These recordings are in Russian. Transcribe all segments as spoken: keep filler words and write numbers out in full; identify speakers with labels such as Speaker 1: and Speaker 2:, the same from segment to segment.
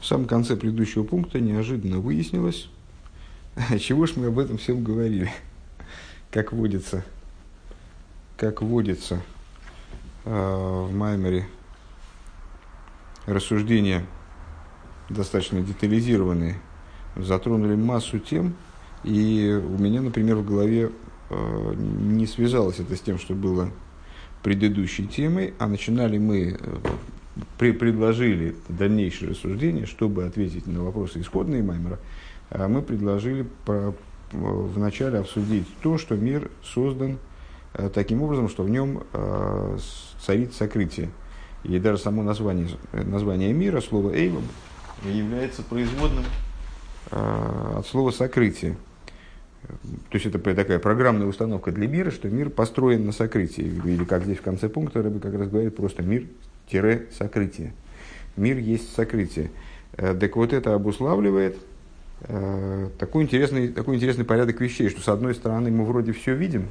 Speaker 1: В самом конце предыдущего пункта неожиданно выяснилось, чего ж мы об этом всем говорили. Как водится, как водится в Маймере рассуждения достаточно детализированные, затронули массу тем, и у меня, например, в голове не связалось это с тем, что было предыдущей темой, а начинали мы, при, предложили дальнейшее рассуждение, чтобы ответить на вопросы исходные Маймера, мы предложили по, вначале обсудить то, что мир создан таким образом, что в нем царит сокрытие. И даже само название, название мира, слово «эйвам», является производным от слова «сокрытие». То есть это такая программная установка для мира, что мир построен на сокрытии. Или как здесь в конце пункта Рэбе как раз говорит, просто мир-сокрытие. Мир есть сокрытие. Так вот это обуславливает такой интересный, такой интересный порядок вещей, что с одной стороны мы вроде все видим,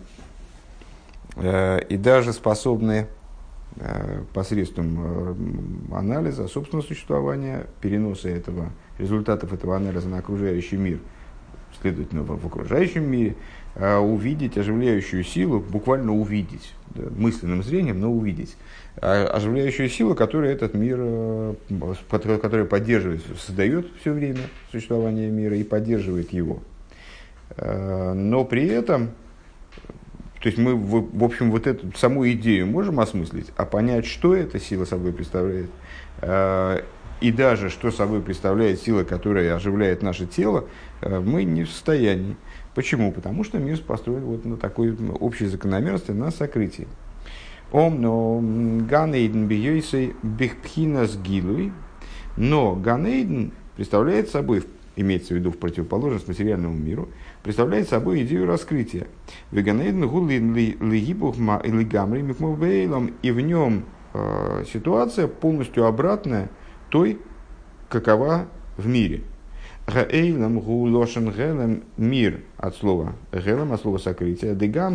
Speaker 1: и даже способны посредством анализа собственного существования, переноса этого, результатов этого анализа на окружающий мир, следовательно, в окружающем мире, увидеть оживляющую силу, буквально увидеть, да, мысленным зрением, но увидеть, оживляющую силу, которая этот мир, которая поддерживает, создает все время существования мира и поддерживает его. Но при этом, то есть мы, в общем, вот эту саму идею можем осмыслить, а понять, что эта сила собой представляет, и даже что собой представляет сила, которая оживляет наше тело, мы не в состоянии. Почему? Потому что мир построен вот на такой общей закономерности, на сокрытии. Ом, но Ганейден бьёйсей бихпхинас гилуй, но Ганейден представляет собой, имеется в виду в противоположность материальному миру, представляет собой идею раскрытия. И в нем э, ситуация полностью обратная той, какова в мире. Мир от слова гелем, от слова сокрытия.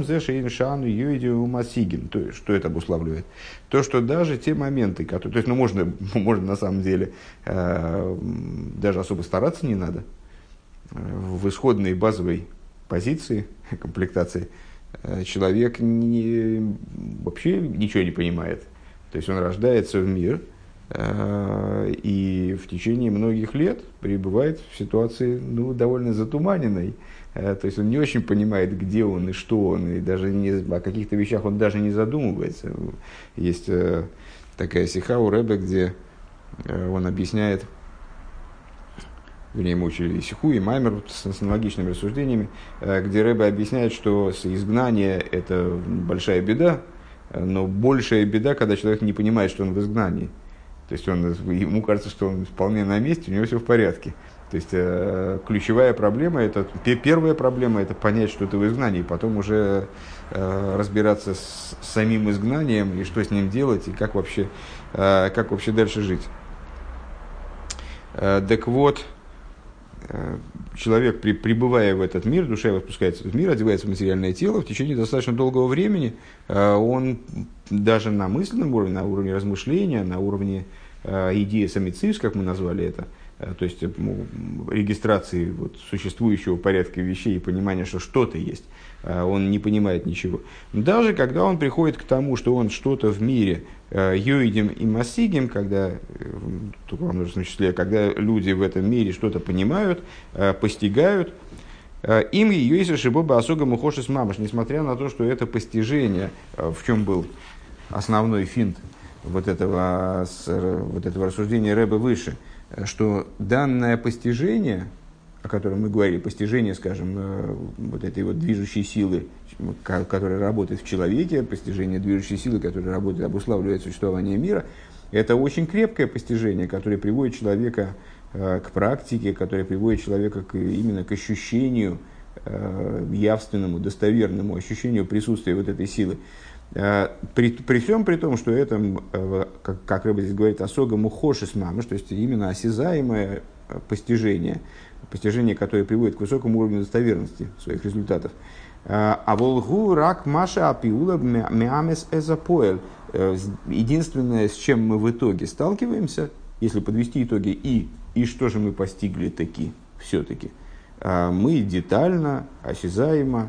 Speaker 1: То есть, что это обуславливает? То, что даже те моменты, которые... То есть, ну, можно, можно на самом деле э, даже особо стараться не надо. В исходной базовой позиции, комплектации, человек не, вообще ничего не понимает. То есть, он рождается в мир, и в течение многих лет пребывает в ситуации, ну, довольно затуманенной. То есть он не очень понимает, где он и что он, и даже не, о каких-то вещах он даже не задумывается. Есть такая сиха у Рэбе, где он объясняет, вернее, мы учили и сиху, и маймер с, с аналогичными рассуждениями, где Рэбе объясняет, что изгнание – это большая беда, но большая беда, когда человек не понимает, что он в изгнании. То есть он, ему кажется, что он вполне на месте, у него все в порядке. То есть э, ключевая проблема, это, первая проблема – это понять, что ты в изгнании, потом уже э, разбираться с самим изгнанием, и что с ним делать, и как вообще, э, как вообще дальше жить. Э, так вот, э, человек, при, прибывая в этот мир, душа его спускается в этот мир, одевается в материальное тело, в течение достаточно долгого времени э, он даже на мысленном уровне, на уровне размышления, на уровне э, идеи самицис, как мы назвали это, э, то есть э, регистрации вот, существующего порядка вещей и понимания, что что-то есть, э, он не понимает ничего. Даже когда он приходит к тому, что он что-то в мире э, йоидим и масигим, когда, э, только во множественном числе, когда люди в этом мире что-то понимают, э, постигают, э, им ее если шибоба осога мухошис мамаш, несмотря на то, что это постижение, э, в чем был основной финт вот этого, вот этого рассуждения Рэбе выше, что данное постижение, о котором мы говорили, постижение, скажем, вот этой вот движущей силы, которая работает в человеке, постижение движущей силы, которая работает, обуславливает существование мира, это очень крепкое постижение, которое приводит человека к практике, которое приводит человека к, именно к ощущению, явственному, достоверному ощущению присутствия вот этой силы. При, при всем при том, что это, как, как Рэбе здесь говорит, осога мухошис мамаш, то есть именно осязаемое постижение, постижение, которое приводит к высокому уровню достоверности своих результатов. А волгу рак маша апиула мямес эзапоэль. Единственное, с чем мы в итоге сталкиваемся, если подвести итоги, и, и что же мы постигли таки, все-таки, мы детально, осязаемо,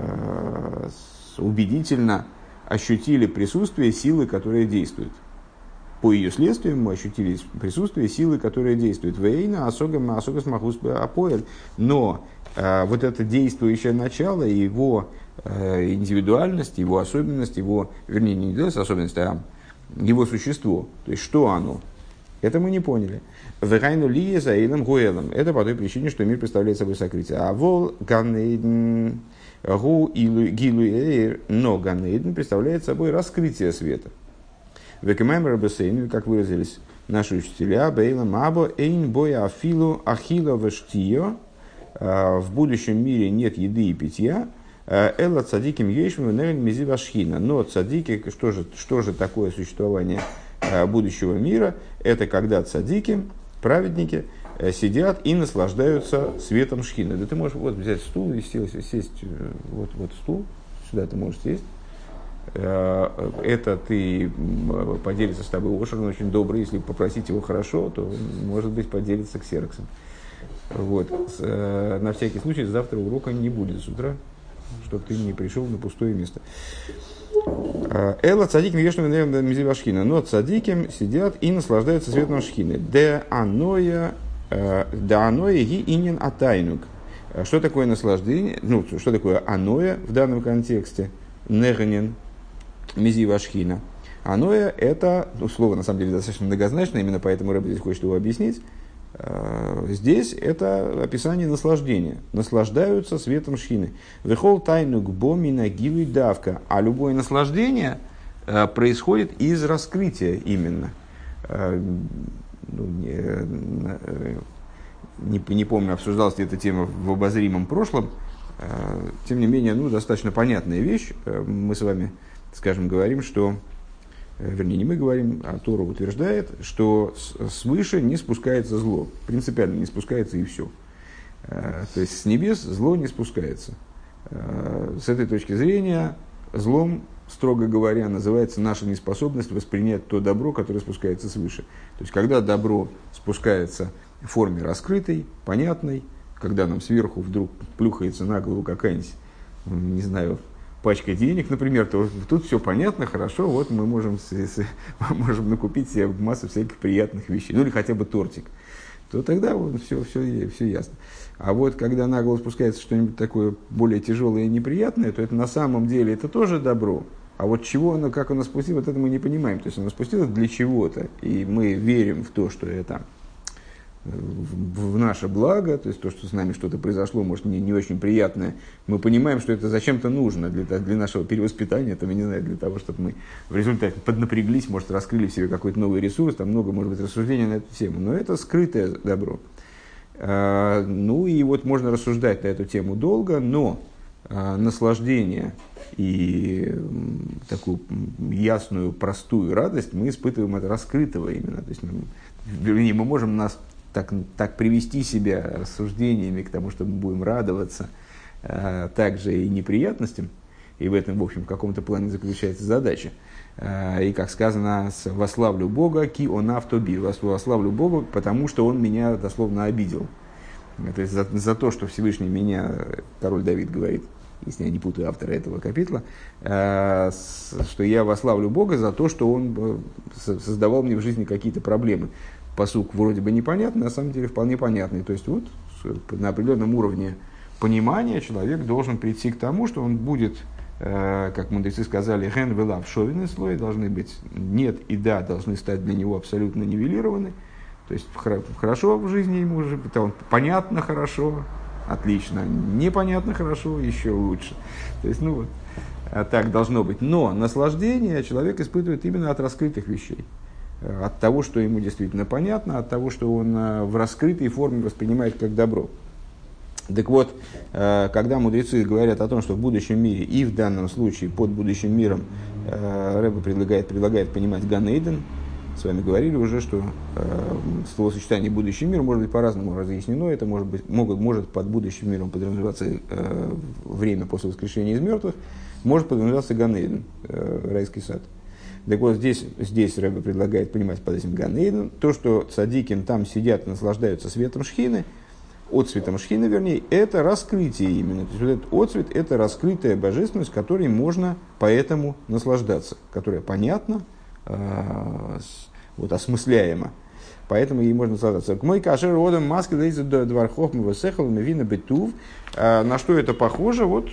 Speaker 1: убедительно ощутили присутствие силы, которая действует. По ее следствиям мы ощутили присутствие силы, которая действует. Вейна, осогам, осогас махус апоэль. Но э, вот это действующее начало, его э, индивидуальность, его особенность, его, вернее, не индивидуальность, а особенность, а его существо. То есть, что оно? Это мы не поняли. Вейну лия заилом гуэлом. Это по той причине, что мир представляет собой сокрытие. А вол ганейден гу гилу эйр, но ганейден представляет собой раскрытие света. Векемаймер бесейн, как выразились наши учителя, бейла мабо эйн боя афилу ахила вештио. В будущем мире нет еды и питья. Эла цадиким ейшму нерен мизи вашхина. Но цадики, что же, что же такое существование будущего мира? Это когда цадики, праведники, сидят и наслаждаются светом шхины. Да ты можешь вот взять стул и сесть, сесть вот, вот стул, сюда ты можешь сесть. Это ты поделится с тобой Ошер, он очень добрый, если попросить его хорошо, то, может быть, поделится ксероксом. Вот. На всякий случай завтра урока не будет с утра, чтобы ты не пришел на пустое место. Эла цадиким ешну мизива шхина, но цадиким сидят и наслаждаются светом шхины. Де аноя, де аноя ги инин атайнук. Что такое наслаждение? Ну, что такое аноя в данном контексте? Нернин. Мизива шхина. Аноя – это, ну, слово на самом деле достаточно многозначное, именно поэтому Рэбби здесь хочет его объяснить. Здесь это описание наслаждения. Наслаждаются светом шхины. Вехол тайну гбоми нагилу давка. А любое наслаждение происходит из раскрытия именно. Ну, не, не, не помню, обсуждалась ли эта тема в обозримом прошлом. Тем не менее, ну, достаточно понятная вещь. Мы с вами, скажем, говорим, что, вернее, не мы говорим, а Тора утверждает, что свыше не спускается зло. Принципиально не спускается и все. То есть с небес зло не спускается. С этой точки зрения злом, строго говоря, называется наша неспособность воспринять то добро, которое спускается свыше. То есть когда добро спускается в форме раскрытой, понятной, когда нам сверху вдруг плюхается на голову какая-нибудь, не знаю, пачка денег, например, то тут все понятно, хорошо, вот мы можем, можем накупить себе массу всяких приятных вещей, ну или хотя бы тортик, то тогда вот все, все, все ясно. А вот когда на голову спускается что-нибудь такое более тяжелое и неприятное, то это на самом деле это тоже добро. А вот чего оно, как оно спустилось, вот это мы не понимаем. То есть оно спустилось для чего-то, и мы верим в то, что это в наше благо, то есть то, что с нами что-то произошло, может, не, не очень приятное, мы понимаем, что это зачем-то нужно для, для нашего перевоспитания, там, я не знаю, для того, чтобы мы в результате поднапряглись, может, раскрыли в себе какой-то новый ресурс, там много, может быть, рассуждений на эту тему, но это скрытое добро. А, ну и вот можно рассуждать на эту тему долго, но а, наслаждение и такую ясную, простую радость мы испытываем от раскрытого именно, то есть мы, вернее, мы можем нас Так, так привести себя рассуждениями к тому, что мы будем радоваться, а, также и неприятностям, и в этом, в общем, в каком-то плане заключается задача. А, и, как сказано, «Вославлю Бога, ки он автоби», «Вославлю Бога, потому что он меня дословно обидел». То есть за, за то, что Всевышний меня, король Давид говорит, если я не путаю автора этого капитла, а, с, что я вославлю Бога за то, что он создавал мне в жизни какие-то проблемы. Пасук вроде бы непонятный, на самом деле вполне понятный. То есть вот на определенном уровне понимания человек должен прийти к тому, что он будет, э, как мудрецы сказали, ген велав шовины слой, должны быть нет и да, должны стать для него абсолютно нивелированы. То есть хорошо в жизни ему уже, понятно хорошо, отлично, непонятно хорошо, еще лучше. То есть, ну вот, так должно быть. Но наслаждение человек испытывает именно от раскрытых вещей. От того, что ему действительно понятно, от того, что он в раскрытой форме воспринимает как добро. Так вот, когда мудрецы говорят о том, что в будущем мире, и в данном случае под будущим миром, Рэбе предлагает, предлагает понимать Ган Эйден, с вами говорили уже, что словосочетание «будущий мир» может быть по-разному разъяснено. Это может, быть, могут, может под будущим миром подразумеваться время после воскрешения из мертвых, может подразумеваться Ган Эйден, райский сад. Так вот, здесь, здесь Рэбе предлагает понимать под этим Ганейден, то, что цадиким там сидят и наслаждаются светом шхины, отцветом шхины, вернее, это раскрытие именно. То есть, вот этот отцвет – это раскрытая божественность, которой можно поэтому наслаждаться, которая понятна, э, вот, осмысляема. Поэтому ей можно наслаждаться. К мой кашер родом маски лейза двархов мвасехал мевина бетув. На что это похоже? Вот,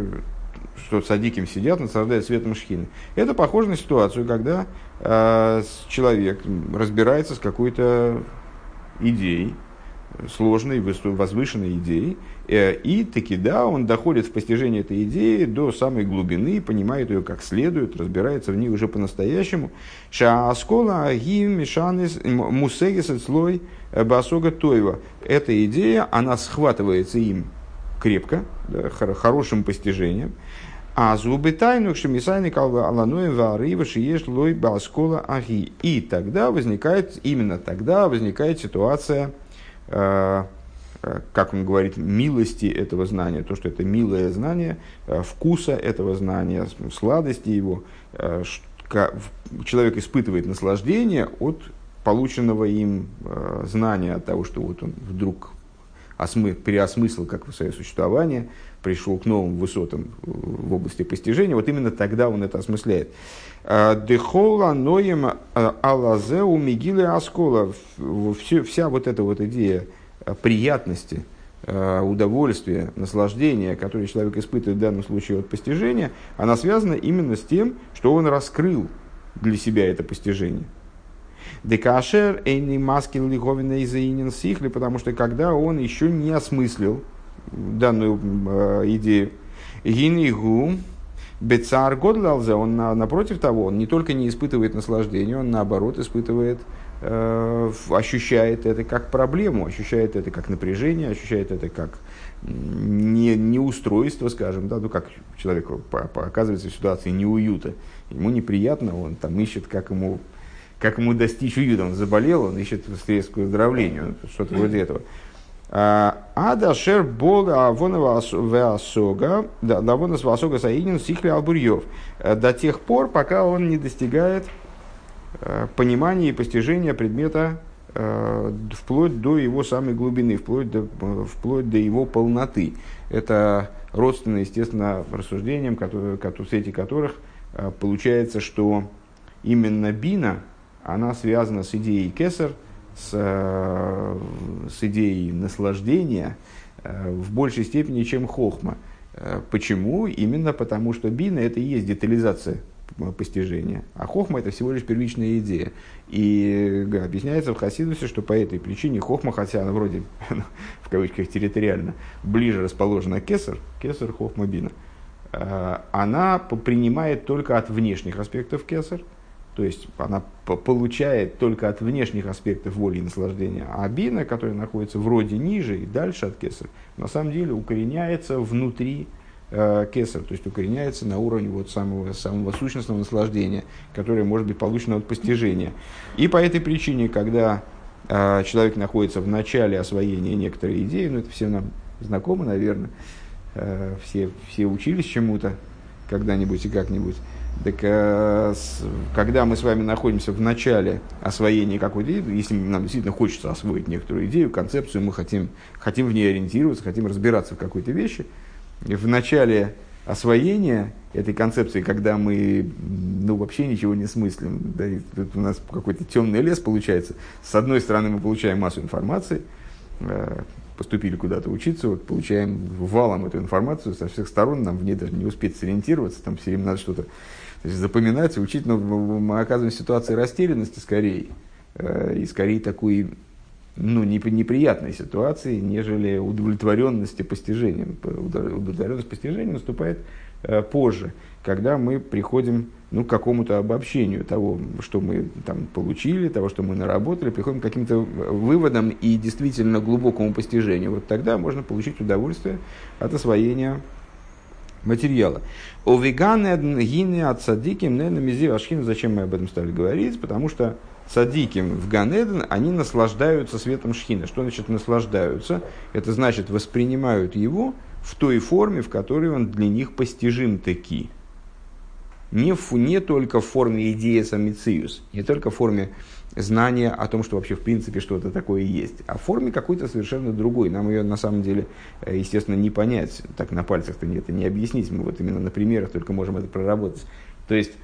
Speaker 1: что цадиким сидят, наслаждаются светом шхины. Это похоже на ситуацию, когда э, человек разбирается с какой-то идеей, сложной, возвышенной идеей, э, и таки да, он доходит в постижение этой идеи до самой глубины, понимает ее как следует, разбирается в ней уже по-настоящему. Шааскола гим мишанис мусегис слой басога тойва. Эта идея, она схватывается им крепко, да, хорошим постижением. А зубы тайну, что мисайны калва аланоем ваарива шиеш лой баскола аги. И тогда возникает, именно тогда возникает ситуация, э, как он говорит, милости этого знания, то, что это милое знание, э, вкуса этого знания, сладости его. Э, человек испытывает наслаждение от полученного им э, знания, от того, что вот он вдруг осмы, переосмыслил как свое существование, пришел к новым высотам в области постижения, вот именно тогда он это осмысляет. Дехола ноем алазеу мигилы аскола. Вся вот эта вот идея приятности, удовольствия, наслаждения, которое человек испытывает в данном случае от постижения, она связана именно с тем, что он раскрыл для себя это постижение. Декашер эйни маскин лиховина изаинен сихли, потому что когда он еще не осмыслил данную э, идею, гинигу бецар годлалзе, он на, напротив того, он не только не испытывает наслаждение, он наоборот испытывает, э, ощущает это как проблему, ощущает это как напряжение, ощущает это как не, неустройство, скажем, да, ну как человек оказывается в ситуации неуюта, ему неприятно, он там ищет, как ему как ему достичь уюта, он заболел, он ищет средств к выздоровлению, что-то вроде этого. Адашер Бога Авонова Веасога, да, Авонос Васога Саидин Сихли Албурьев. До тех пор, пока он не достигает понимания и постижения предмета вплоть до его самой глубины, вплоть до, вплоть до его полноты. Это родственно, естественно, рассуждениям, которые, в свете которых получается, что именно бина, она связана с идеей кесар, с, с идеей наслаждения в большей степени, чем хохма. Почему? Именно потому, что бина – это и есть детализация постижения, а хохма – это всего лишь первичная идея. И объясняется в Хасидусе, что по этой причине хохма, хотя она вроде, в кавычках, территориально ближе расположена к кесар, кесар, хохма, бина, она принимает только от внешних аспектов кесар. То есть она получает только от внешних аспектов воли и наслаждения. А бина, которая находится вроде ниже и дальше от кесар, на самом деле укореняется внутри э, кесар, то есть укореняется на уровне вот самого, самого сущностного наслаждения, которое может быть получено от постижения. И по этой причине, когда э, человек находится в начале освоения некоторой идеи, ну это всем нам знакомо, наверное, э, все, все учились чему-то когда-нибудь и как-нибудь. Так, э, с, когда мы с вами находимся в начале освоения какой-то идеи, если нам действительно хочется освоить некоторую идею, концепцию, мы хотим, хотим в ней ориентироваться, хотим разбираться в какой-то вещи, в начале освоения этой концепции, когда мы ну, вообще ничего не смыслим, да, и тут у нас какой-то темный лес получается, с одной стороны мы получаем массу информации, э, поступили куда-то учиться, вот, получаем валом эту информацию со всех сторон, нам в ней даже не успеть сориентироваться, там все время надо что-то запоминать, учить, но мы оказываемся в ситуации растерянности скорее, э, и скорее такой ну, неприятной ситуации, нежели удовлетворенности постижением. Удовлетворенность постижения наступает э, позже, когда мы приходим ну, к какому-то обобщению того, что мы там получили, того, что мы наработали, приходим к каким-то выводам и действительно глубокому постижению. Вот тогда можно получить удовольствие от освоения материала. О вегане гине от садиким не намези ашхин. Зачем мы об этом стали говорить? Потому что садиким в Ганеден, они наслаждаются светом шхины. Что значит наслаждаются? Это значит воспринимают его в той форме, в которой он для них постижим таки. не, в, не только в форме идеи самициус, не только в форме знания о том, что вообще в принципе что-то такое есть, а в форме какой-то совершенно другой. Нам ее на самом деле, естественно, не понять, так на пальцах-то это не объяснить, мы вот именно на примерах только можем это проработать. То есть,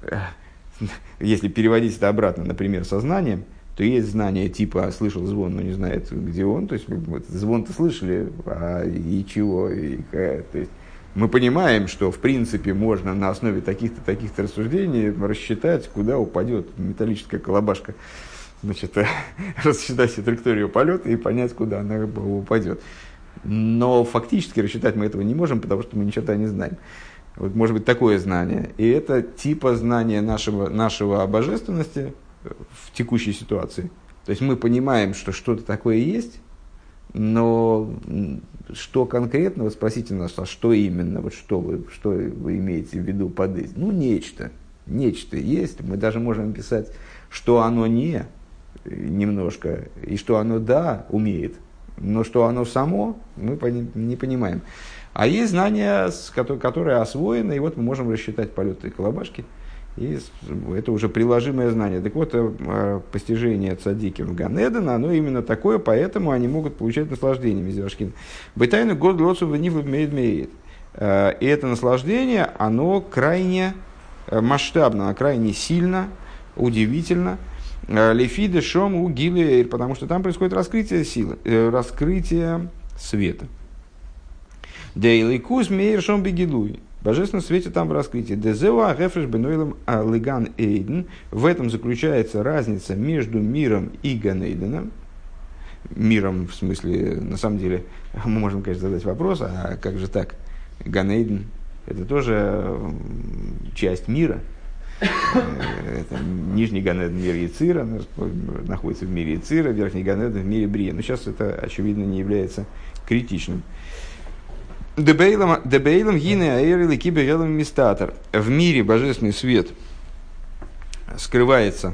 Speaker 1: если переводить это обратно, например, со знанием, то есть знание типа «слышал звон, но не знает, где он». То есть, вот, звон-то слышали, а и чего? И, то есть, мы понимаем, что в принципе можно на основе таких-то, таких-то рассуждений рассчитать, куда упадет металлическая колобашка. Значит, рассчитать траекторию полета и понять, куда она упадет. Но фактически рассчитать мы этого не можем, потому что мы ни черта не знаем. Вот может быть такое знание. И это типа знания нашего, нашего о божественности в текущей ситуации. То есть мы понимаем, что что-то такое есть, но что конкретно, вот спросите нас, а что именно, вот что вы, что вы имеете в виду под этим? Ну, нечто, нечто есть. Мы даже можем писать, что оно не, немножко, и что оно да, умеет, но что оно само, мы не понимаем. А есть знания, которые освоены, и вот мы можем рассчитать полеты колобашки. И это уже приложимое знание. Так вот, постижение цадики в Ганеден, оно именно такое, поэтому они могут получать наслаждение. Мизрашкин. Бытайну год лоцу ванифлив мейд мейд. И это наслаждение, оно крайне масштабно, крайне сильно, удивительно. Лефиде шом у гилеэр, потому что там происходит раскрытие силы, раскрытие света. Дейликус мейр шом бегилуй. Божественном свете там в раскрытии. Дезева гефреш бенойлем лиган эйден. В этом заключается разница между миром и Ганейденом. Миром, в смысле, на самом деле, мы можем, конечно, задать вопрос, а как же так? Ганейден – это тоже часть мира. Это нижний Ганейден в мире Яцира, находится в мире Яцира, верхний Ганейден в мире Брия. Но сейчас это, очевидно, не является критичным. Дебейлом гине аэрили киберелом мистатор. В мире божественный свет скрывается.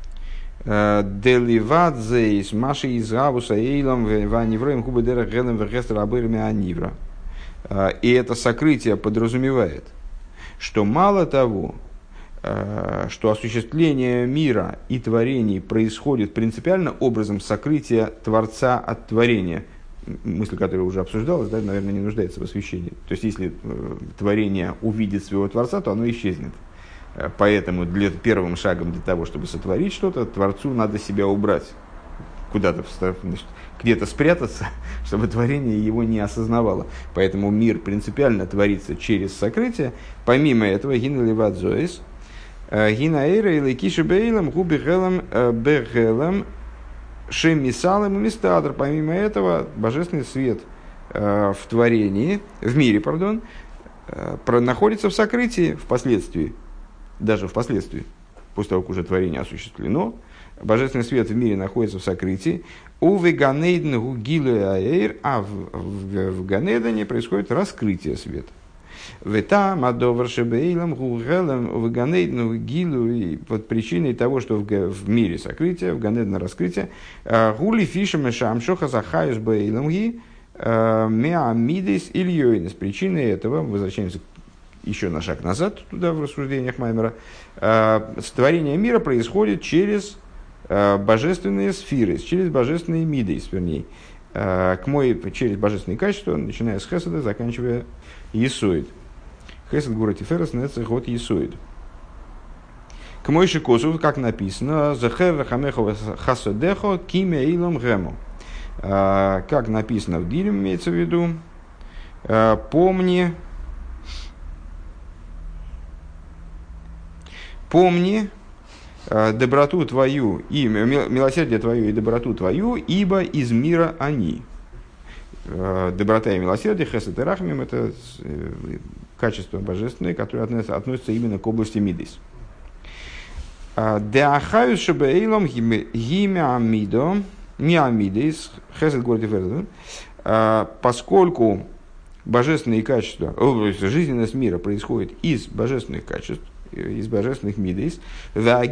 Speaker 1: Деливадзейс маши из гавуса эйлом ванивроем хубедера гелем вегестер абырами анивра. И это сокрытие подразумевает, что мало того, что осуществление мира и творений происходит принципиально образом сокрытия Творца от творения. Мысль, которая уже обсуждалась, да, наверное, не нуждается в освещении. То есть, если э, творение увидит своего Творца, то оно исчезнет. Поэтому для, первым шагом для того, чтобы сотворить что-то, Творцу надо себя убрать. Куда-то, значит, где-то спрятаться, чтобы творение его не осознавало. Поэтому мир принципиально творится через сокрытие. Помимо этого, гина левадзоис, гина эйра или киши бейлам, губи гелам бегелам, шемисалом и мистадр. Помимо этого, божественный свет э, в творении, в мире, пардон, э, про, находится в сокрытии впоследствии, даже впоследствии, после того, как уже творение осуществлено, божественный свет в мире находится в сокрытии. Уве ганейден гугилу аэйр, а в, в, в Ганейдене происходит раскрытие света. Вета мадовар шебейлам гугелам в Ганейдену гилу, и под причиной того, что в, в мире сокрытие, в Ганейдене раскрытие, гули фишем шамшоха захаюс бейлам ги меамидис ильёйнес. Причиной этого, возвращаемся еще на шаг назад туда в рассуждениях Маймера, сотворение мира происходит через божественные сферы, через божественные мидис, вернее, к мой, через божественные качества, начиная с хеседа, заканчивая Есоид. Хесед гура тиферес нецех от Есоид. К мойши косу, как написано, захер рахамехо хасодехо киме илом гему. Как написано в Дилем, имеется в виду, помни, помни доброту твою и милосердие твое и доброту твою, ибо из мира они. Доброта и милосердие, хесед и рахмим, это качества божественные, которые относятся, относятся именно к области мидис. Деахаюс шебейлом гимеамидо, миамидис, хесед город и ферден, поскольку божественные качества, жизненность мира происходит из божественных качеств, из божественных мидис, а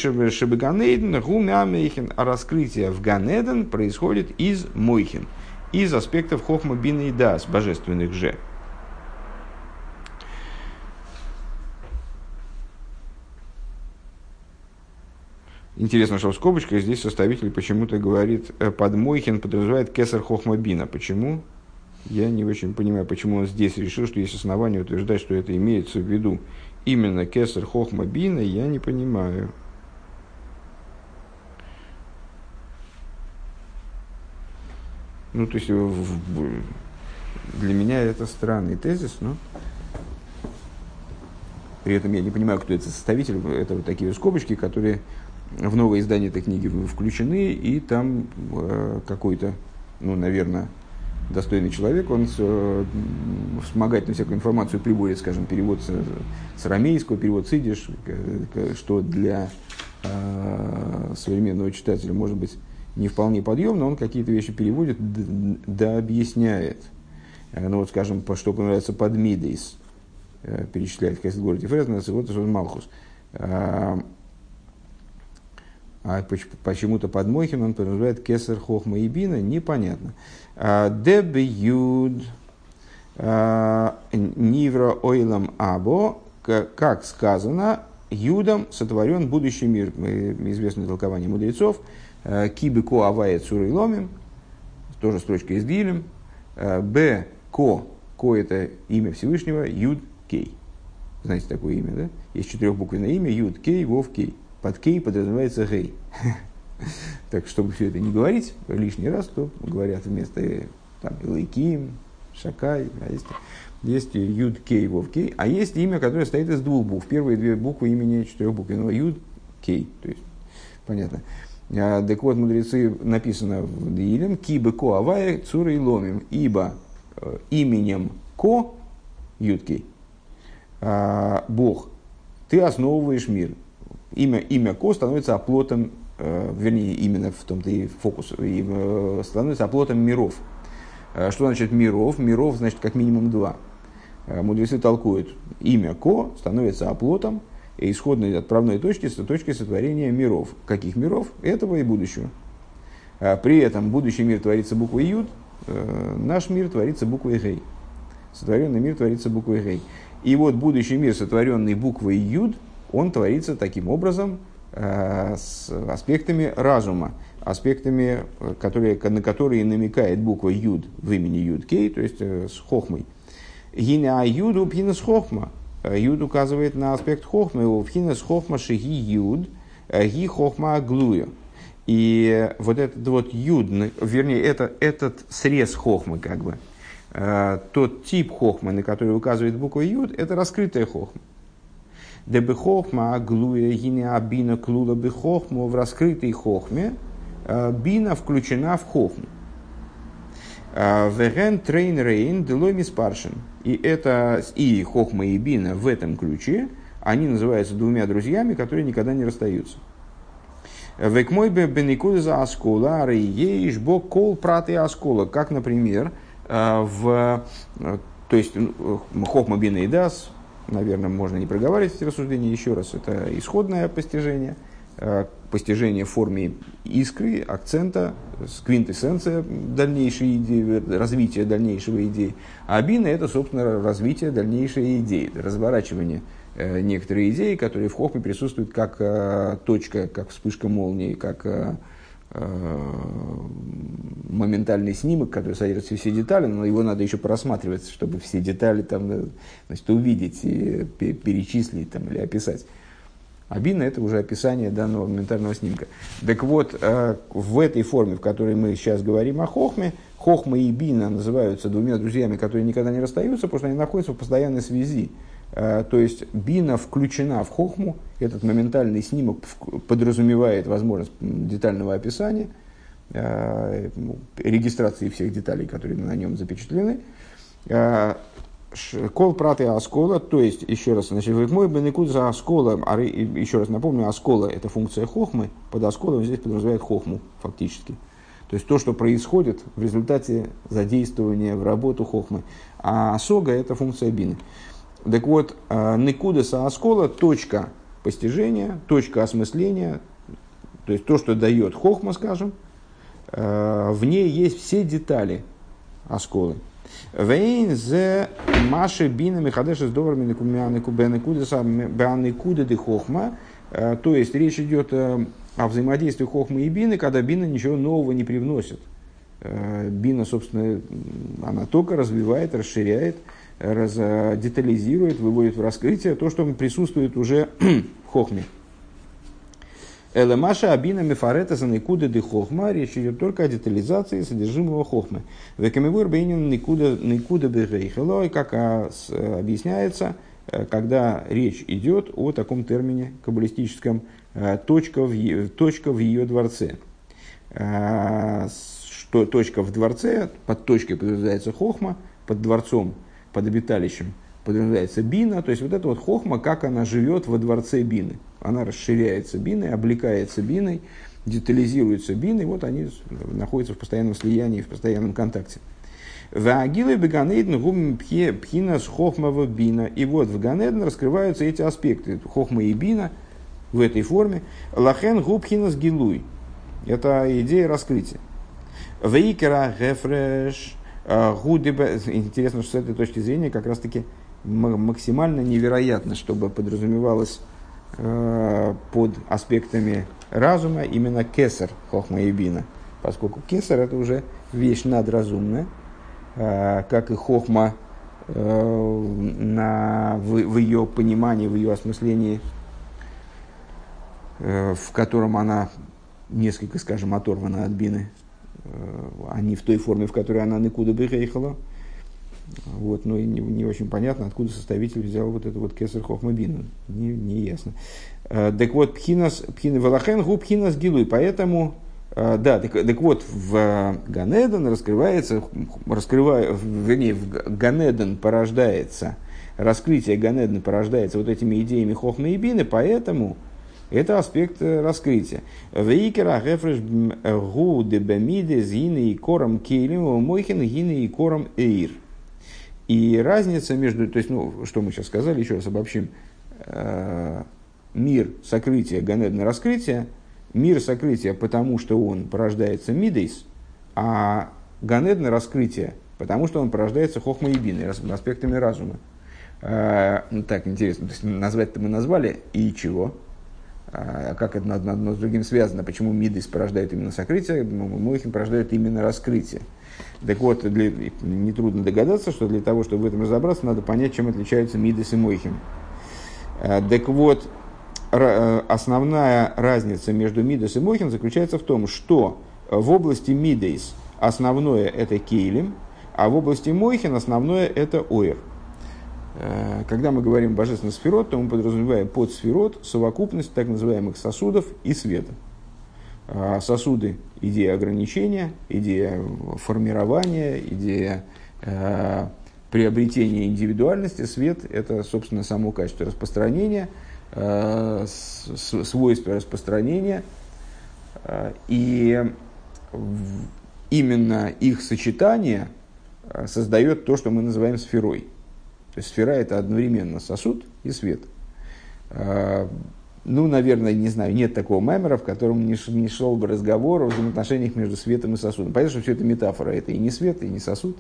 Speaker 1: раскрытие в Ганеден происходит из мойхин, из аспектов хохма бина и дас, божественных же. Интересно, что в скобочках здесь составитель почему-то говорит, подмойхин подразумевает кесар хохма бина. Почему? Я не очень понимаю, почему он здесь решил, что есть основания утверждать, что это имеется в виду именно кесар хохма бина, я не понимаю. Ну, то есть, для меня это странный тезис, но при этом я не понимаю, кто это составитель. Это вот такие вот скобочки, которые в новое издание этой книги включены, и там э, какой-то, ну, наверное, достойный человек, он с, э, вспомогательную всякую информацию приводит, скажем, перевод с, с арамейского, перевод с идиш, что для э, современного читателя может быть не вполне подъемно, он какие-то вещи переводит, да объясняет. Ну вот, скажем, по, что понравится под мидейс, э, перечисляет Хесед Город и Фрезнес, вот это Малхус. А, а почему-то под Мойхин он подразумевает кесар хохма и бина, непонятно. Деб юд нивра ойлам або, как сказано, юдом сотворен будущий мир. Известное толкование мудрецов. Кибы ко авая цурой ломим, тоже строчка из Дилем. Б ко, ко это имя Всевышнего, юд кей. Знаете такое имя, да? Есть четырехбуквенное имя, юд кей, вов кей. Под кей подразумевается гей. Так, чтобы все это не говорить лишний раз, то говорят вместо там, Илайким, Шакай, а есть, есть юд кей, вов кей, а есть имя, которое состоит из двух букв. Первые две буквы имени четырехбуквенного юд кей. То есть, понятно. Так вот, мудрецы написано в Диилем, кибы ко авая цурой ломим, ибо э, именем ко, юдкей, э, Бог, ты основываешь мир. Имя, имя ко становится оплотом, э, вернее, именно в том-то и фокус, и, э, становится оплотом миров. Э, что значит миров? Миров значит как минимум два. Э, мудрецы толкуют, имя ко становится оплотом исходной отправной точки, точки сотворения миров. Каких миров? Этого и будущего. При этом будущий мир творится буквой Юд, наш мир творится буквой Гей. Сотворенный мир творится буквой Гей. И вот будущий мир, сотворенный буквой Юд, он творится таким образом с аспектами разума, аспектами, которые, на которые намекает буква Юд в имени Юд Кей, то есть с хохмой. Гиня Юду пхинас хохма. Юд указывает на аспект хохмы, у пхинас хохма шиги Юд, ги хохма аглуя. И вот этот вот Юд, вернее, это, этот срез хохмы, как бы, тот тип хохмы, на который указывает буква Юд, это раскрытая хохма. Дебе хохма аглуя гиня бина клула бы хохму, в раскрытой хохме бина включена в хохму. Веген трейн рейн делой миспаршин. И это и хохма и бина в этом ключе, они называются двумя друзьями, которые никогда не расстаются. Век мой беникуда за аскола, рейеш бог кол праты аскола. Как, например, в, то есть хохма бина и дас, наверное, можно не проговаривать эти рассуждения еще раз, это исходное постижение, постижение в форме искры, акцента, квинтэссенция дальнейшей идеи, развития дальнейшего идеи. А бина – это, собственно, развитие дальнейшей идеи, разворачивание э, некоторой идеи, которые в хохме присутствуют как э, точка, как вспышка молнии, как э, э, моментальный снимок, который содержит все детали, но его надо еще просматривать, чтобы все детали там, значит, увидеть, и перечислить там, или описать. А бина – это уже описание данного моментального снимка. Так вот, в этой форме, в которой мы сейчас говорим о хохме, хохма и бина называются двумя друзьями, которые никогда не расстаются, потому что они находятся в постоянной связи. То есть, бина включена в хохму, этот моментальный снимок подразумевает возможность детального описания, регистрации всех деталей, которые на нем запечатлены. Кол праты аскола, то есть, еще раз, значит, мой бенекуд за аскола, а еще раз напомню, аскола – это функция хохмы, под асколом здесь подразумевает хохму, фактически. То есть, то, что происходит в результате задействования в работу хохмы. А асога – это функция бины. Так вот, некуда са аскола – точка постижения, точка осмысления, то есть, то, что дает хохма, скажем, в ней есть все детали асколы. Вейн зе маши бина михадеша с доварами некуда де хохма. То есть речь идет о взаимодействии хохмы и бины, когда бина ничего нового не привносит. Бина, собственно, она только развивает, расширяет, раз, детализирует, выводит в раскрытие то, что присутствует уже в хохме. Элемаша абина мефарета за никуда де хохма. Речь идет только о детализации содержимого хохмы. Векамивур бейнин никуда бегейхело. Как объясняется, когда речь идет о таком термине каббалистическом точка в, точка в ее дворце. Что точка в дворце, под точкой подразумевается хохма, под дворцом, под обиталищем подразумевается бина. То есть вот эта вот хохма, как она живет во дворце бины. Она расширяется биной, облекается биной, детализируется биной. Вот они находятся в постоянном слиянии, в постоянном контакте. Ваагилы беганейден гум пхина с хохмава бина. И вот в Ганеден раскрываются эти аспекты хохма и бина в этой форме. Лахен губ пхина с гилуй. Это идея раскрытия. Вейкера гефреш гудебе. Интересно, что с этой точки зрения как раз таки максимально невероятно, чтобы подразумевалось э, под аспектами разума именно кесар хохма и бина. Поскольку кесар это уже вещь надразумная, э, как и хохма э, на, в, в ее понимании, в ее осмыслении, э, в котором она несколько, скажем, оторвана от бины, а не в той форме, в которой она никуда бы ехала. Вот, но и не, не очень понятно, откуда составитель взял вот это вот кесар хохма бину. Не, не ясно. Так вот, пхинас, пхин, валахен гу пхинас гилуй. Поэтому, да, так, так вот, в Ганеден раскрывается, раскрывая, вернее, в Ганеден порождается, раскрытие Ганедена порождается вот этими идеями хохмы и бины, поэтому это аспект раскрытия. Вейкера гефреш гу дебамиде зины и кором кейлем мойхин гины и кором эйр. И разница между, то есть, ну, что мы сейчас сказали, еще раз обобщим. Мир сокрытия, Ганедена раскрытия, мир сокрытия, потому что он порождается мидейс, а Ганедена раскрытия, потому что он порождается хохмой и биной, аспектами разума. Так, интересно, то есть назвать-то мы назвали, и чего? А как это одно, одно с другим связано? Почему мидейс порождает именно сокрытие, мойхин порождает именно раскрытие? Так вот, для, нетрудно догадаться, что для того, чтобы в этом разобраться, надо понять, чем отличаются мидейс и мойхин. Так вот, основная разница между мидейс и мойхин заключается в том, что в области мидейс основное это кейлим, а в области мойхин основное это оэр. Когда мы говорим божественный сферот, то мы подразумеваем под сферот совокупность так называемых сосудов и света. Сосуды – идея ограничения, идея формирования, идея э, приобретения индивидуальности. Свет – это, собственно, само качество распространения, э, с, свойства распространения. И именно их сочетание создает то, что мы называем сферой. То есть сфера – это одновременно сосуд и свет. Ну, наверное, не знаю, нет такого маймера, в котором не, не шел бы разговор о взаимоотношениях между светом и сосудом. Понятно, что все это метафора, это и не свет, и не сосуд.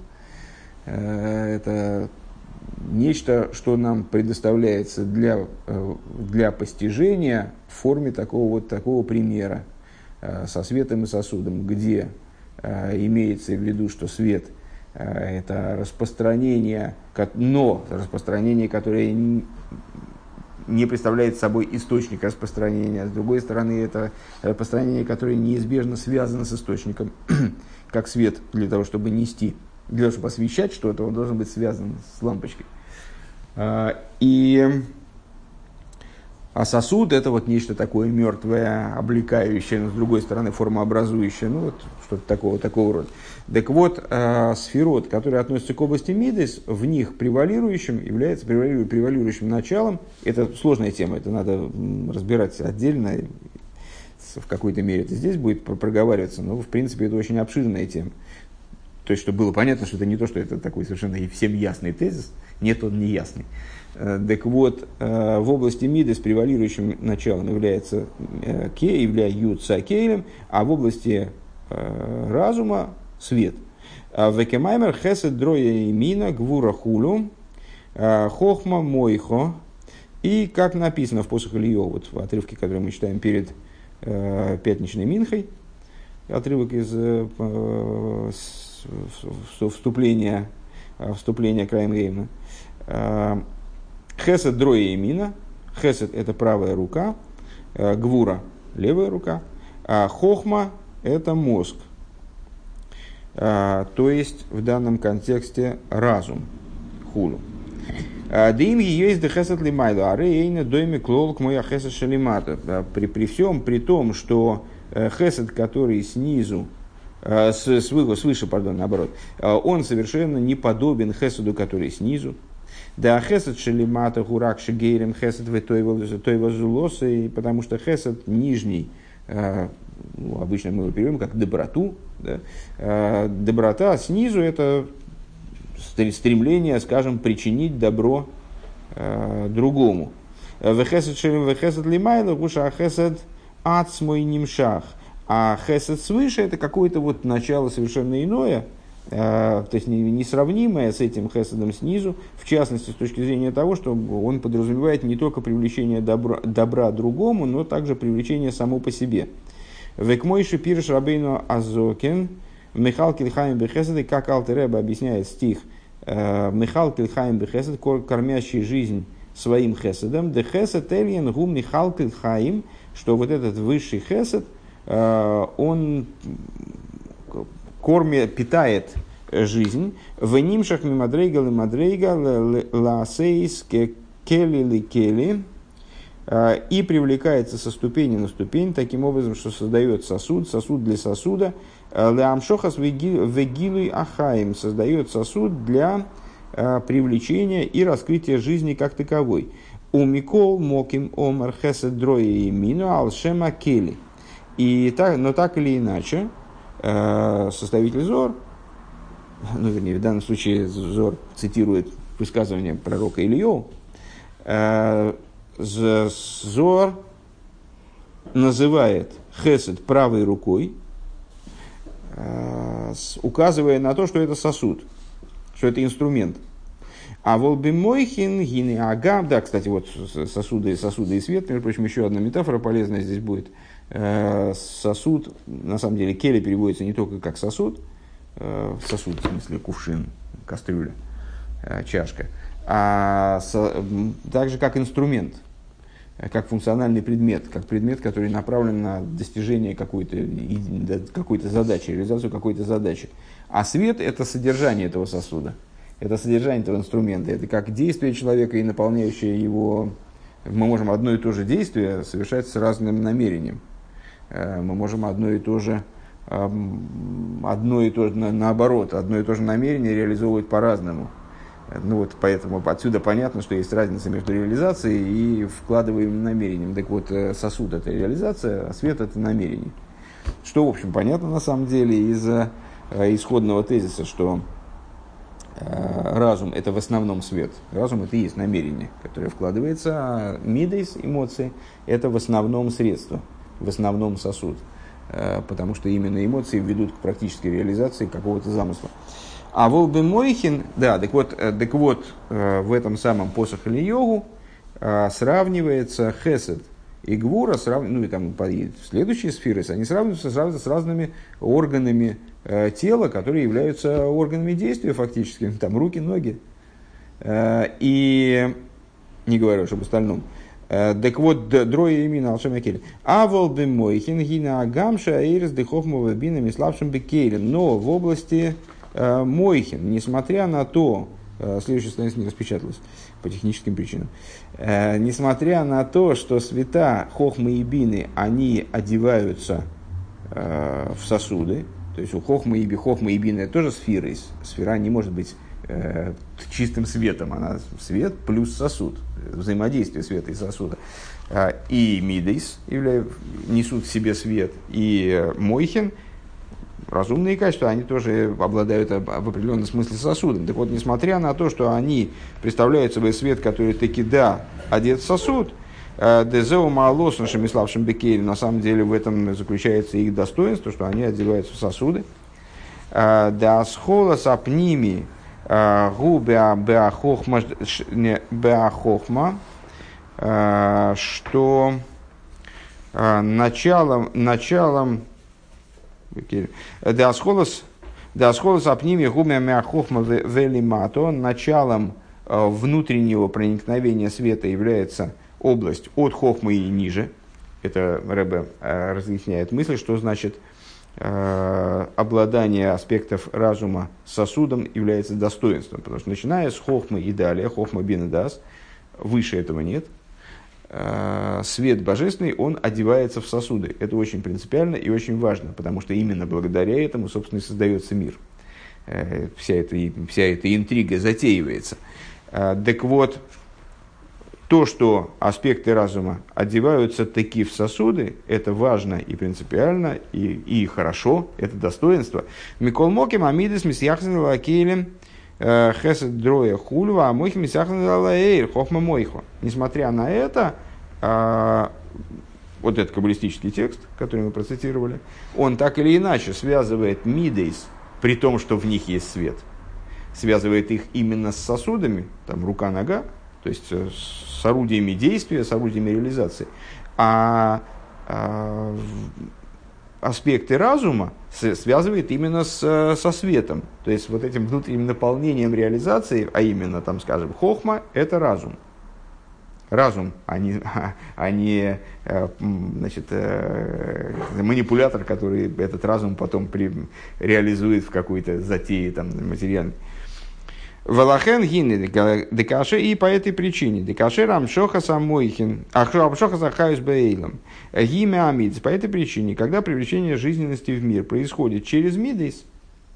Speaker 1: Это нечто, что нам предоставляется для, для постижения в форме такого, вот, такого примера со светом и сосудом, где имеется в виду, что свет – это распространение, но распространение, которое не представляет собой источник распространения. С другой стороны, это распространение, которое неизбежно связано с источником, как свет для того, чтобы нести, для того, чтобы освещать что-то, он должен быть связан с лампочкой. И, а сосуд – это вот нечто такое мертвое, облекающее, но с другой стороны формообразующее, ну вот что-то такого, такого рода. Так вот, э, сферот, который относится к области мидейс, в них превалирующим является превалирующим, превалирующим началом. Это сложная тема, это надо разбирать отдельно, в какой-то мере это здесь будет проговариваться, но в принципе это очень обширная тема. То есть, чтобы было понятно, что это не то, что это такой совершенно всем ясный тезис, нет, он не ясный. Так вот, в области мидейс превалирующим началом является ке, является кейлем, а в области разума свет. Векемаймер хесед дроя имина гвура хулю хохма мойхо. И как написано в посох Ильё, вот в отрывке, который мы читаем перед пятничной минхой, отрывок из вступления, вступления Краим Рейна. Хесед дроя имина. Хесед – это правая рука, гвура – левая рука, а хохма – это мозг. То есть в данном контексте разум, хулу. Дим ее есть дехесед лимайло, а рейна дойми клол к моя хесед шалимата. При при всем при том, что хесед, который снизу, свыше, пардон, наоборот, он совершенно не подобен хеседу, который снизу. Да хесед шалимата гурак шигейрем хесед в той возулосы, потому что хесед нижний, ну, обычно мы его переводим как доброту. Да? Доброта снизу – это стремление, скажем, причинить добро э, другому. Вехесед шелем вехесед лимайла гуша хесед ац мой нимшах. А хесед свыше – это какое-то вот начало совершенно иное, э, то есть несравнимое с этим хеседом снизу, в частности, с точки зрения того, что он подразумевает не только привлечение добра, добра другому, но также привлечение само по себе. Векмойши пирш рабейну азокин Михал Кильхайм Бехесед, как Алтер Ребе объясняет стих Михал Кильхайм Бехесед, кормящий жизнь своим хеседом, де хесед эльен гу Михал Кильхайм, что вот этот высший хесед, он кормит, питает жизнь, в нимшах мимадрейга лимадрейга лаасейс кели ли кели, и привлекается со ступени на ступень, таким образом, что создает сосуд, сосуд для сосуда, леамшохас вегилуй ахаим, создает сосуд для привлечения и раскрытия жизни как таковой. У Микол моким омар хесед дроя имину алшема кели. И так, но так или иначе, составитель Зор, ну, вернее, в данном случае Зор цитирует высказывание пророка Ильёу, Зор называет хесед правой рукой, указывая на то, что это сосуд, что это инструмент. А волбимойхин гины агам, да, кстати, вот сосуды, сосуды и свет, между прочим, еще одна метафора полезная здесь будет. Сосуд, на самом деле, кели переводится не только как сосуд, сосуд, в смысле кувшин, кастрюля, чашка, а также как инструмент, как функциональный предмет, как предмет, который направлен на достижение какой-то, какой-то задачи, реализацию какой-то задачи. А свет – это содержание этого сосуда, это содержание этого инструмента, это как действие человека и наполняющее его. Мы можем одно и то же действие совершать с разным намерением. Мы можем одно и то же, одно и то же, наоборот, одно и то же намерение реализовывать по-разному. Ну вот, поэтому отсюда понятно, что есть разница между реализацией и вкладываемым намерением. Так вот, сосуд – это реализация, а свет – это намерение. Что, в общем, понятно на самом деле из исходного тезиса, что разум – это в основном свет. Разум – это и есть намерение, которое вкладывается, а мидейс, эмоции – это в основном средство, в основном сосуд. Потому что именно эмоции ведут к практической реализации какого-то замысла. А волбемойхин, да, так вот, так вот в этом самом посох или йогу сравнивается хесед и гвура, срав... ну и там следующие сферы, они сравниваются, сравниваются с разными органами тела, которые являются органами действия фактически, там руки, ноги. И не говорю уж об остальном. Так вот, дроя имена алшем акель. А волбемойхин гина агамша эйрс дыхохмова бинами слабшим бекелем. Но в области Мойхин, несмотря на то, следующая страница не распечаталась по техническим причинам, несмотря на то, что света хохмы и бины, они одеваются в сосуды, то есть у хохмы и, хохмы и бины это тоже сфера, сфера не может быть чистым светом, она свет плюс сосуд, взаимодействие света и сосуда. И мидейс несут в себе свет, и Мойхин, разумные качества, они тоже обладают в определенном смысле сосудом. Так вот, несмотря на то, что они представляют собой свет, который таки да, одет в сосуд, дезеу маалос нашим иславшим бекель, на самом деле в этом заключается их достоинство, что они одеваются в сосуды. Да схола сапними гу беахохма, что началом, началом Деасхолос апними гумя хохма велимато, началом внутреннего проникновения света является область от хохмы и ниже. Это Ребе разъясняет мысль, что значит обладание аспектов разума сосудом является достоинством. Потому что начиная с хохмы и далее, хохма бин и дас, выше этого нет. Свет божественный, он одевается в сосуды. Это очень принципиально и очень важно, потому что именно благодаря этому, собственно, и создается мир. Вся эта, вся эта интрига затеивается. Так вот, то, что аспекты разума одеваются таки в сосуды, это важно и принципиально, и, и хорошо, это достоинство. Микол моким амидес мисьяхсен лакелем хесед дроя хульва, а мойхи мисьяхсен лаэйр хохма мойхо. Несмотря на это, а, вот этот каббалистический текст, который мы процитировали, он так или иначе связывает мидейс, при том, что в них есть свет, связывает их именно с сосудами, там рука-нога, то есть с орудиями действия, с орудиями реализации. А, а аспекты разума связывает именно с, со светом. То есть вот этим внутренним наполнением реализации, а именно, там, скажем, хохма – это разум. Разум, а не, а не значит, манипулятор, который этот разум потом при, реализует в какой-то затее там, материальной. Валахен гинны декаше, и по этой причине декаше рамшоха самойхин, рамшоха захаюс бейлом гимя амидс. По этой причине, когда привлечение жизненности в мир происходит через мидейс,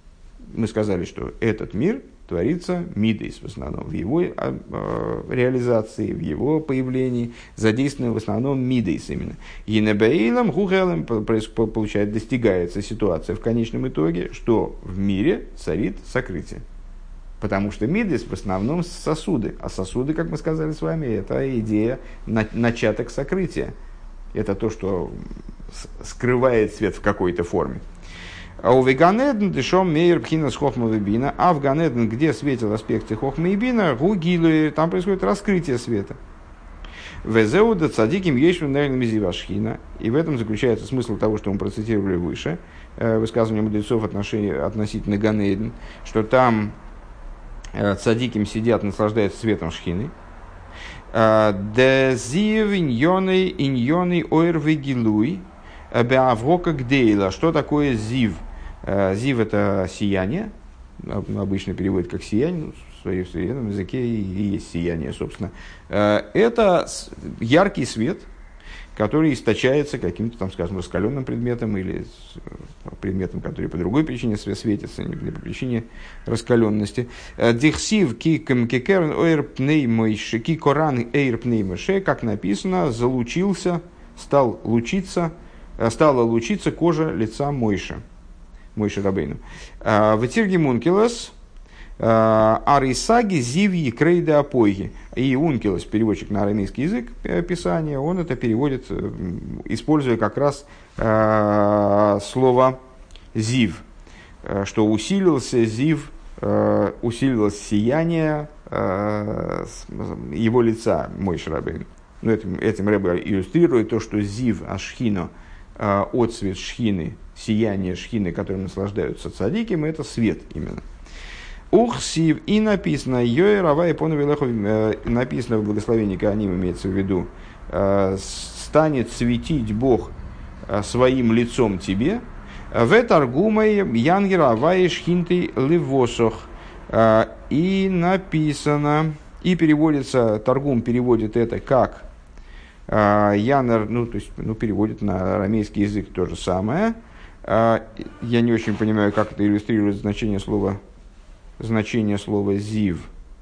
Speaker 1: мы сказали, что этот мир творится мидейс в основном, в его э, реализации, в его появлении, задействованы в основном мидейс именно. Гинэ бейлом гухелем получает, достигается ситуация в конечном итоге, что в мире царит сокрытие. Потому что мидейс в основном сосуды. А сосуды, как мы сказали с вами, это идея, начаток сокрытия. Это то, что скрывает свет в какой-то форме. А у Веганеден дешом мейер пхина с хохма и бина. А в Ганеден, где светил аспекты хохма и бина, гугилы, там происходит раскрытие света. Везеуда цадиким ешвен нернами зивашхина. И в этом заключается смысл того, что мы процитировали выше. Высказывание мудрецов относительно Ганеден, что там цадиким сидят, наслаждаются светом шхины. Дезив иньоны иньоны ойр вегилуй беаврока гдейла. Что такое зив? Зив – это сияние. Обычно переводят как сияние. В современном языке и есть сияние, собственно. Это яркий свет, который источается каким-то, там, скажем, раскаленным предметом или предметом, который по другой причине светится, не по причине раскаленности. Дихсив кикем кикерн ойр пнеймойше, кикоран эйр пнеймойше, как написано, залучился, стал лучиться, стала лучиться кожа лица Мойше, Мойше Рабейну. Ватирги мункилас, арисаги зивьи крейда апойги. И Ункилос, переводчик на арамейский язык писания, он это переводит, используя как раз э, слово «зив», что усилился зив, э, усилилось сияние э, его лица, Мойше Рабейну. Ну, этим, этим Ребе иллюстрирует то, что зив ашхино, э, отцвет шхины, сияние шхины, которым наслаждаются цадиким, это свет именно. Ухсив, и написано, Йой Рава и Поновилехов, написано в благословении Кааним, имеется в виду, станет светить Бог своим лицом тебе, в Таргумай Янгер Авай Шхинты Ливосох. И написано, и переводится, Таргум переводит это как Янер, ну, то есть, ну, переводит на арамейский язык то же самое. Я не очень понимаю, как это иллюстрирует значение слова значение слова «зив».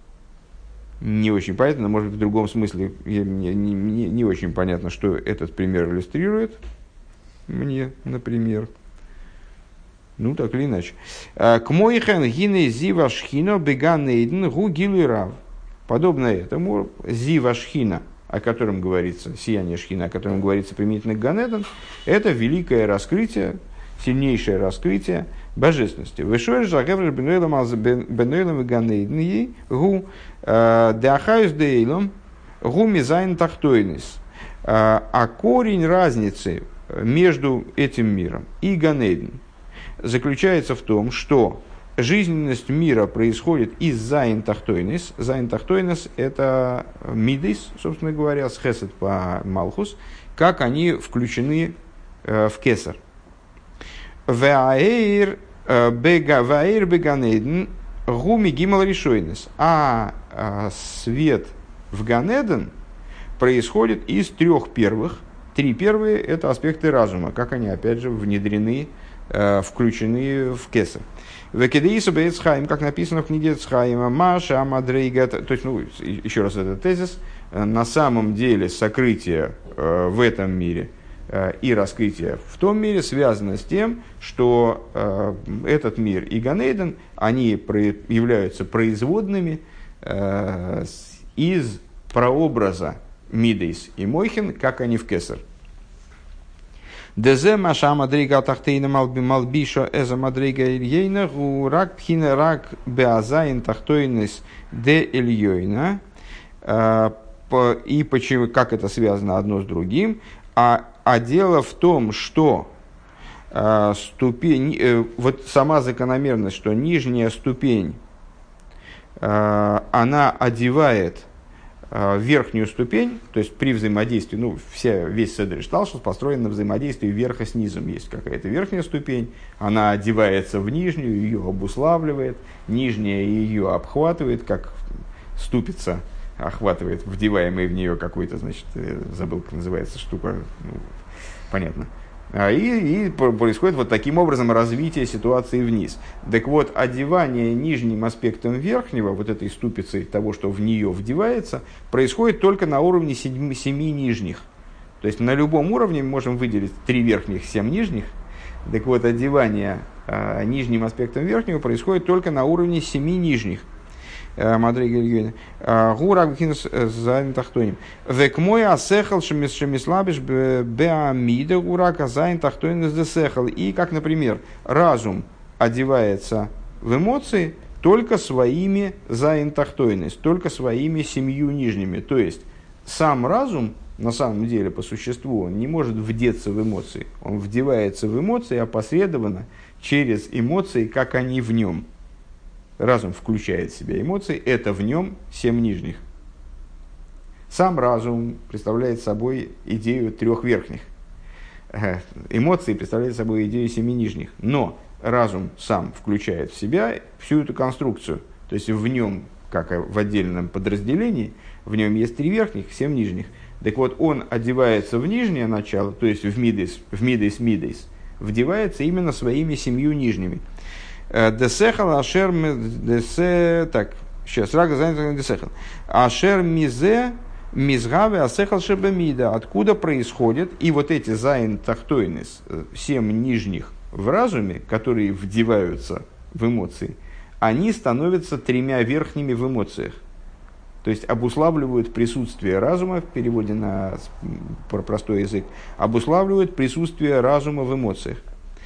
Speaker 1: Не очень понятно, может быть, в другом смысле не, не, не, не очень понятно, что этот пример иллюстрирует мне, например. Ну, так или иначе. «К моихен гине зива шхина беган нейден гу гилу рав». Подобно этому зива шхина, о котором говорится, сияние шхина, о котором говорится применительно к Ганеден, это великое раскрытие, сильнейшее раскрытие божественности. Вышой же агевреш бенуэлом аз бенуэлом и ганейднии гу деахаюс дейлом гу мизайн тахтойнис. А корень разницы между этим миром и Ганейден заключается в том, что жизненность мира происходит из Зайн Тахтойнес. Зайн Тахтойнес – это мидейс, собственно говоря, с хесед по Малхус, как они включены э, в кесар. Ваэйр беганейден гуми гимал решойнес. А свет в Ганеден происходит из трех первых. Три первые – это аспекты разума, как они, опять же, внедрены, э, включены в кесар. Векедеису бейцхайм, как написано в книге Цхайма, Маша Амадрейга, то есть, ну, еще раз этот тезис, на самом деле сокрытие э, в этом мире э, и раскрытие в том мире связано с тем, что э, этот мир и Ганейден, они про, являются производными э, из прообраза Мидейс и Мойхин, как они в Кесар. Дезе маша мадрига тахтейна малбиша эза мадрига ильейна гурак пхина рак беазайн тахтойнес де ильейна. И почему, как это связано одно с другим? А, а дело в том, что а, ступень, э, вот сама закономерность, что нижняя ступень, а, она одевает верхнюю ступень, то есть при взаимодействии, ну, вся, весь Седер Шталшус построен на взаимодействии верха с низом. Есть какая-то верхняя ступень, она одевается в нижнюю, ее обуславливает, нижняя ее обхватывает, как ступица охватывает вдеваемый в нее какой-то, значит, забыл, как называется штука, ну, понятно. И, и происходит вот таким образом развитие ситуации вниз. Так вот, одевание нижним аспектом верхнего, вот этой ступицей того, что в нее вдевается, происходит только на уровне семи, семи нижних. То есть на любом уровне мы можем выделить три верхних, семь нижних. Так вот, одевание а, нижним аспектом верхнего происходит только на уровне семи нижних. Гурак бхинас зайн тахтойним. Век мой асехал шемислабиш беамида гурака зайн тахтойнис десехал. И как, например, разум одевается в эмоции только своими зайн тахтойнис, только своими семью нижними. То есть сам разум, на самом деле, по существу, он не может вдеться в эмоции. Он вдевается в эмоции опосредованно через эмоции, как они в нем. Разум включает в себя эмоции, это в нем семь нижних. Сам разум представляет собой идею трех верхних. Эмоции представляют собой идею семи нижних. Но разум сам включает в себя всю эту конструкцию. То есть в нем, как в отдельном подразделении, в нем есть три верхних, семь нижних. Так вот, он одевается в нижнее начало, то есть в мидейс, в мидейс, мидейс, вдевается именно своими семью нижними. Десехал ашер десе так сейчас рага занят десехал ашер мизе мизгаве асехал шебемида, откуда происходит и вот эти зайн тахтойнес, семь нижних в разуме, которые вдеваются в эмоции, они становятся тремя верхними в эмоциях, то есть обуславливают присутствие разума, в переводе на простой язык, обуславливают присутствие разума в эмоциях.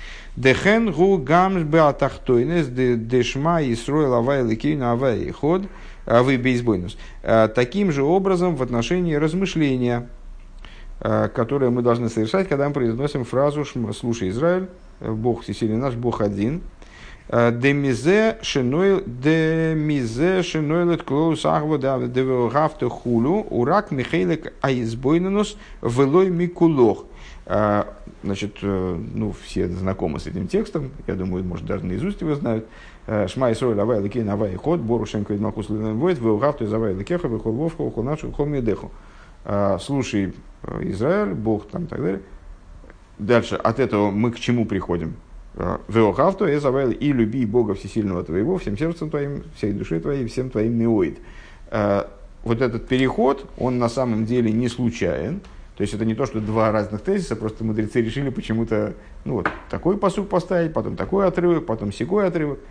Speaker 1: Дехен гу гамш беатахтойнес дешма Исроэл авай лекейну авай иход авы бейсбойнус. Таким же образом в отношении размышления, которое мы должны совершать, когда мы произносим фразу «Слушай, Израиль, Бог всесильный наш, Бог один». Демизе шинойл демизе шинойлет клоус ахва девелгафте хулу урак михейлек аизбойнус велой микулох. Значит, ну, все знакомы с этим текстом, я думаю, может, даже наизусть его знают. Шма Исроэль авай лекей навай ход, бору шенквейд малхус линен войт, веугавту из авай лекеха, вехол вовха, ухол нашу, ухол медеху. Слушай, Израиль, Бог, там, и так далее. Дальше, от этого мы к чему приходим? Веугавту из авай и люби Бога всесильного твоего, всем сердцем твоим, всей душой твоей, всем твоим меоид. Вот этот переход, он на самом деле не случайен. То есть это не то, что два разных тезиса, просто мудрецы решили почему-то ну, вот, такой пасук поставить, потом такой отрывок, потом сякой отрывок.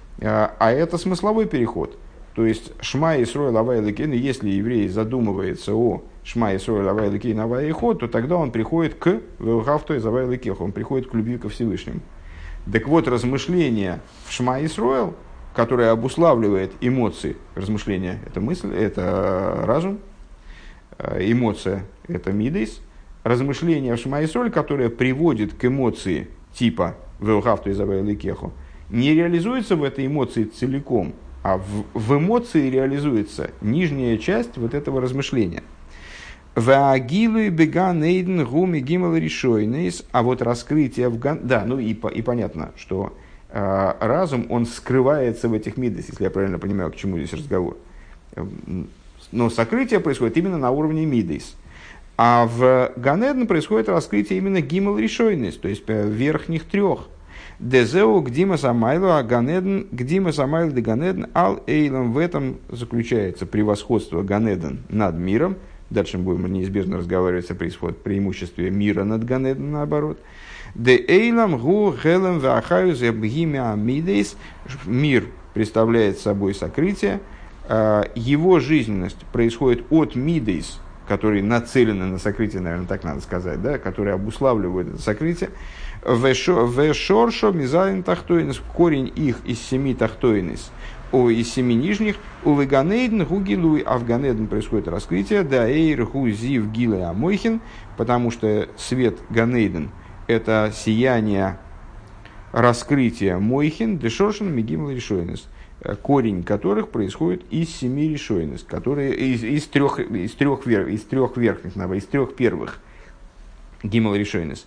Speaker 1: А это смысловой переход. То есть Шма Исроэль авай лекейн, если еврей задумывается о Шма Исроэль авай лекейн авай иход, то тогда он приходит к Веухавто из авай лекех, он приходит к любви ко Всевышнему. Так вот, размышление в Шма Исроэль, которое обуславливает эмоции, размышления, это мысль, это разум, эмоция – это мидейс, размышление в Шма-Исроль, которое приводит к эмоции типа «Веухавту изавай ликеху», не реализуется в этой эмоции целиком, а в, в эмоции реализуется нижняя часть вот этого размышления. Ваагилу беган эйден гуми гимал решойнейс, а вот раскрытие в ган... Да, ну и, и понятно, что э, разум, он скрывается в этих мидах, если я правильно понимаю, к чему здесь разговор. Но сокрытие происходит именно на уровне мидейс. А в Ганеден происходит раскрытие именно гимал решойнейс, то есть верхних трех. Дезеу гдима самайлу, а Ганеден гдима самайлу де Ганеден ал эйлом. В этом заключается превосходство Ганеден над миром. Дальше мы будем неизбежно разговаривать о преимуществе мира над Ганеден, наоборот. Де эйлом гу хелем вахаю зебгиме амидейс. Мир представляет собой сокрытие. Его жизненность происходит от мидейс, которые нацелены на сокрытие, наверное, так надо сказать, да, которые обуславливают это сокрытие. Вешоршо мизайн тахтойнес, корень их из семи тахтойнес, о, из семи нижних, у веганейден гугилуй, а в Ганеден происходит раскрытие, да эйр гузив гилэ амойхин, потому что свет Ганейден – это сияние раскрытия мойхин, дешоршен мигимл решойнес, корень которых происходит из семи решойнес, которые из, из, трех, из, трех, вер, из трех верхних, из трех первых гимл решойнес,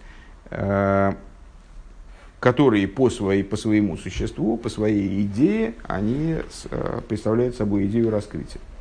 Speaker 1: которые по, своей, по своему существу, по своей идее, они представляют собой идею раскрытия.